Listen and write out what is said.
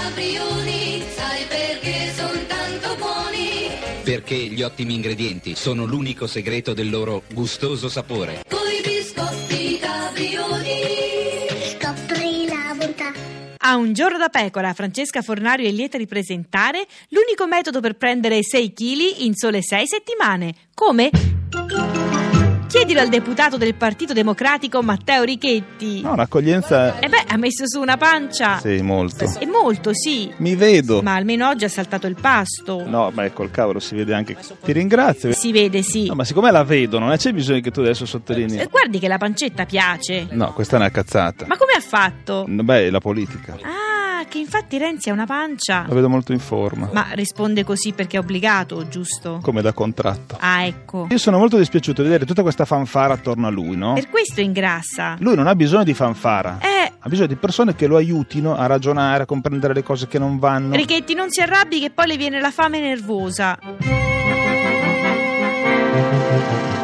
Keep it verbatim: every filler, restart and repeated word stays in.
caprioli, sai perché sono tanto buoni? Perché gli ottimi ingredienti sono l'unico segreto del loro gustoso sapore. Coi biscotti caprioli, scopri la bontà. A Un giorno da pecora, Francesca Fornario è lieta di presentare l'unico metodo per prendere sei chili in sole sei settimane. Come? Chiedilo al deputato del Partito Democratico Matteo Richetti. No, un'accoglienza... E beh, ha messo su una pancia. Sì, molto. E molto, sì. Mi vedo. Ma almeno oggi ha saltato il pasto. No, ma ecco, il cavolo, si vede anche. Ti ringrazio. Si vede, sì. No, ma siccome la vedo, non c'è bisogno che tu adesso sottolinei. Eh, Guardi che la pancetta piace. No, questa è una cazzata. Ma come ha fatto? Beh, è la politica. Ah, che infatti Renzi ha una pancia. La vedo molto in forma. Ma risponde così perché è obbligato, giusto? Come da contratto. Ah, ecco. Io sono molto dispiaciuto di vedere tutta questa fanfara attorno a lui, no? Per questo ingrassa. Lui non ha bisogno di fanfara. Eh, Ha bisogno di persone che lo aiutino a ragionare, a comprendere le cose che non vanno. Richetti, non si arrabbi che poi le viene la fame nervosa.